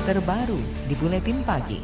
terbaru di Buletin Pagi.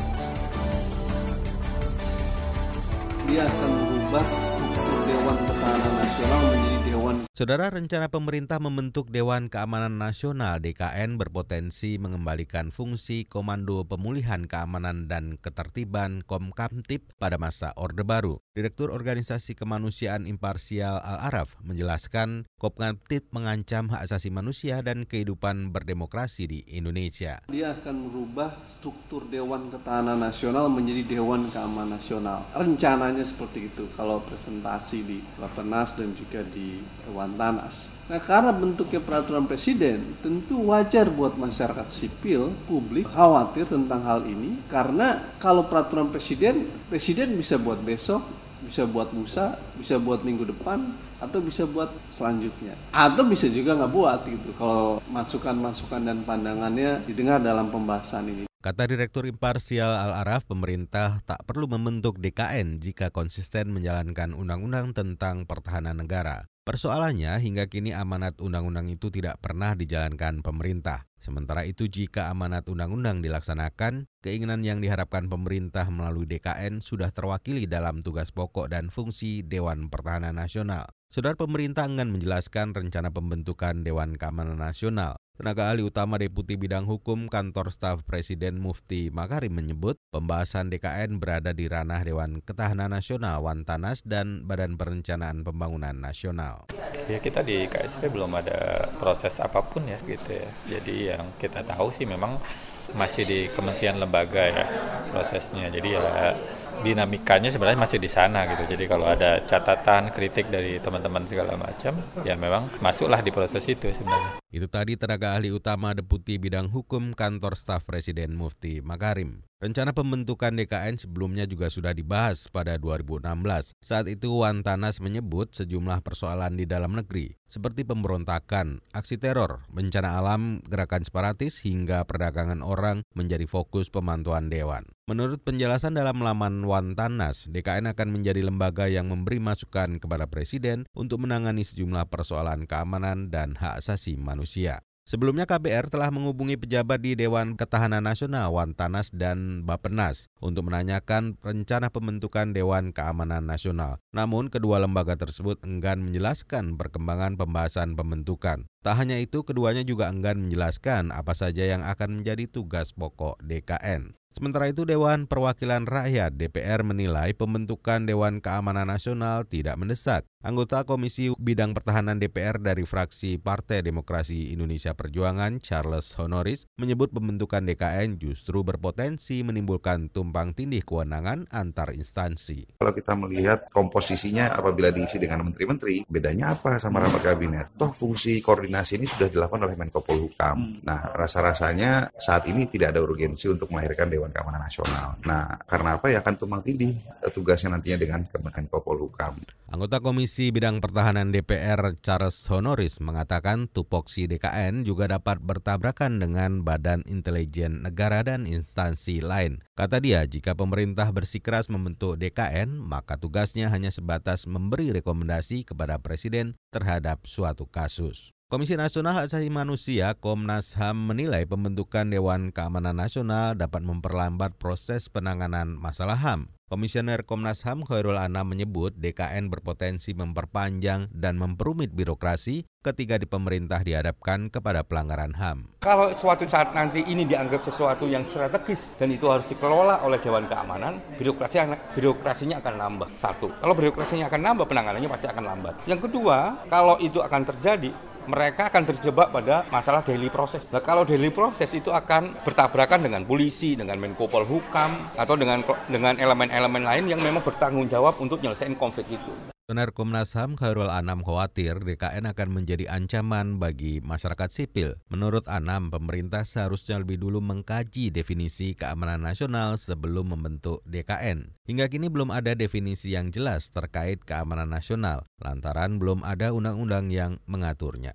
Dia akan merubah struktur Dewan Pertahanan Nasional menjadi Dewan. Saudara, rencana pemerintah membentuk Dewan Keamanan Nasional DKN berpotensi mengembalikan fungsi Komando Pemulihan Keamanan dan Ketertiban Komkamtib pada masa Orde Baru. Direktur Organisasi Kemanusiaan Imparsial Al-Araf menjelaskan Komkamtib mengancam hak asasi manusia dan kehidupan berdemokrasi di Indonesia. Dia akan merubah struktur Dewan Ketahanan Nasional menjadi Dewan Keamanan Nasional. Rencananya seperti itu kalau presentasi di Rapenas dan juga di Wantanas. Nah, karena bentuknya peraturan presiden, tentu wajar buat masyarakat sipil, publik khawatir tentang hal ini. Karena kalau peraturan presiden bisa buat besok, bisa buat lusa, bisa buat minggu depan, atau bisa buat selanjutnya. Atau bisa juga nggak buat gitu, kalau masukan-masukan dan pandangannya didengar dalam pembahasan ini. Kata Direktur Imparsial Al-Araf, pemerintah tak perlu membentuk DKN jika konsisten menjalankan undang-undang tentang pertahanan negara. Persoalannya, hingga kini amanat undang-undang itu tidak pernah dijalankan pemerintah. Sementara itu, jika amanat undang-undang dilaksanakan, keinginan yang diharapkan pemerintah melalui DKN sudah terwakili dalam tugas pokok dan fungsi Dewan Pertahanan Nasional. Saudara, pemerintah enggan menjelaskan rencana pembentukan Dewan Keamanan Nasional. Tenaga ahli utama Deputi Bidang Hukum Kantor Staf Presiden Mufti Makarim menyebut pembahasan DKN berada di ranah Dewan Ketahanan Nasional Wantanas dan Badan Perencanaan Pembangunan Nasional. Ya, kita di KSP belum ada proses apapun ya gitu ya. Jadi yang kita tahu sih memang masih di kementerian lembaga ya prosesnya. Jadi ya dinamikanya sebenarnya masih di sana gitu. Jadi kalau ada catatan, kritik dari teman-teman segala macam, ya memang masuklah di proses itu sebenarnya. Itu tadi tenaga ahli utama Deputi Bidang Hukum Kantor Staf Presiden Mufti Makarim. Rencana pembentukan DKN sebelumnya juga sudah dibahas pada 2016. Saat itu Wantanas menyebut sejumlah persoalan di dalam negeri, seperti pemberontakan, aksi teror, bencana alam, gerakan separatis, hingga perdagangan orang menjadi fokus pemantauan Dewan. Menurut penjelasan dalam laman Wantanas, DKN akan menjadi lembaga yang memberi masukan kepada Presiden untuk menangani sejumlah persoalan keamanan dan hak asasi manusia. Sebelumnya KBR telah menghubungi pejabat di Dewan Ketahanan Nasional Wantanas dan Bappenas untuk menanyakan rencana pembentukan Dewan Keamanan Nasional. Namun kedua lembaga tersebut enggan menjelaskan perkembangan pembahasan pembentukan. Tak hanya itu, keduanya juga enggan menjelaskan apa saja yang akan menjadi tugas pokok DKN. Sementara itu, Dewan Perwakilan Rakyat (DPR) menilai pembentukan Dewan Keamanan Nasional tidak mendesak. Anggota Komisi Bidang Pertahanan DPR dari fraksi Partai Demokrasi Indonesia Perjuangan, Charles Honoris, menyebut pembentukan DKN justru berpotensi menimbulkan tumpang tindih kewenangan antar instansi. Kalau kita melihat komposisinya apabila diisi dengan menteri-menteri, bedanya apa sama rapat kabinet? Toh fungsi koordinasi ini sudah dilakukan oleh Menko Polhukam. Nah, rasa-rasanya saat ini tidak ada urgensi untuk melahirkan Dewan Keamanan Nasional. Nah, karena apa ya akan tumpang tindih tugasnya nantinya dengan Menko Polhukam. Anggota Komisi Bidang Pertahanan DPR Charles Honoris mengatakan tupoksi DKN juga dapat bertabrakan dengan Badan Intelijen Negara dan instansi lain. Kata dia, jika pemerintah bersikeras membentuk DKN, maka tugasnya hanya sebatas memberi rekomendasi kepada Presiden terhadap suatu kasus. Komisi Nasional Hak Asasi Manusia Komnas HAM menilai pembentukan Dewan Keamanan Nasional dapat memperlambat proses penanganan masalah HAM. Komisioner Komnas HAM Khairul Anam menyebut DKN berpotensi memperpanjang dan memperumit birokrasi ketika di pemerintah dihadapkan kepada pelanggaran HAM. Kalau suatu saat nanti ini dianggap sesuatu yang strategis dan itu harus dikelola oleh Dewan Keamanan, birokrasinya akan nambah. Satu, kalau birokrasinya akan nambah, penanganannya pasti akan lambat. Yang kedua, kalau itu akan terjadi, mereka akan terjebak pada masalah daily proses. Nah, kalau daily proses itu akan bertabrakan dengan polisi, dengan Menko Polhukam, atau dengan elemen-elemen lain yang memang bertanggung jawab untuk menyelesaikan konflik itu. Komisioner Komnas HAM Khairul Anam khawatir DKN akan menjadi ancaman bagi masyarakat sipil. Menurut Anam, pemerintah seharusnya lebih dulu mengkaji definisi keamanan nasional sebelum membentuk DKN. Hingga kini belum ada definisi yang jelas terkait keamanan nasional, lantaran belum ada undang-undang yang mengaturnya.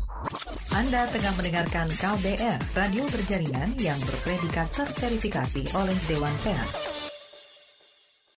Anda tengah mendengarkan KBR, radio berjaringan yang berpredikat terverifikasi oleh Dewan Pers.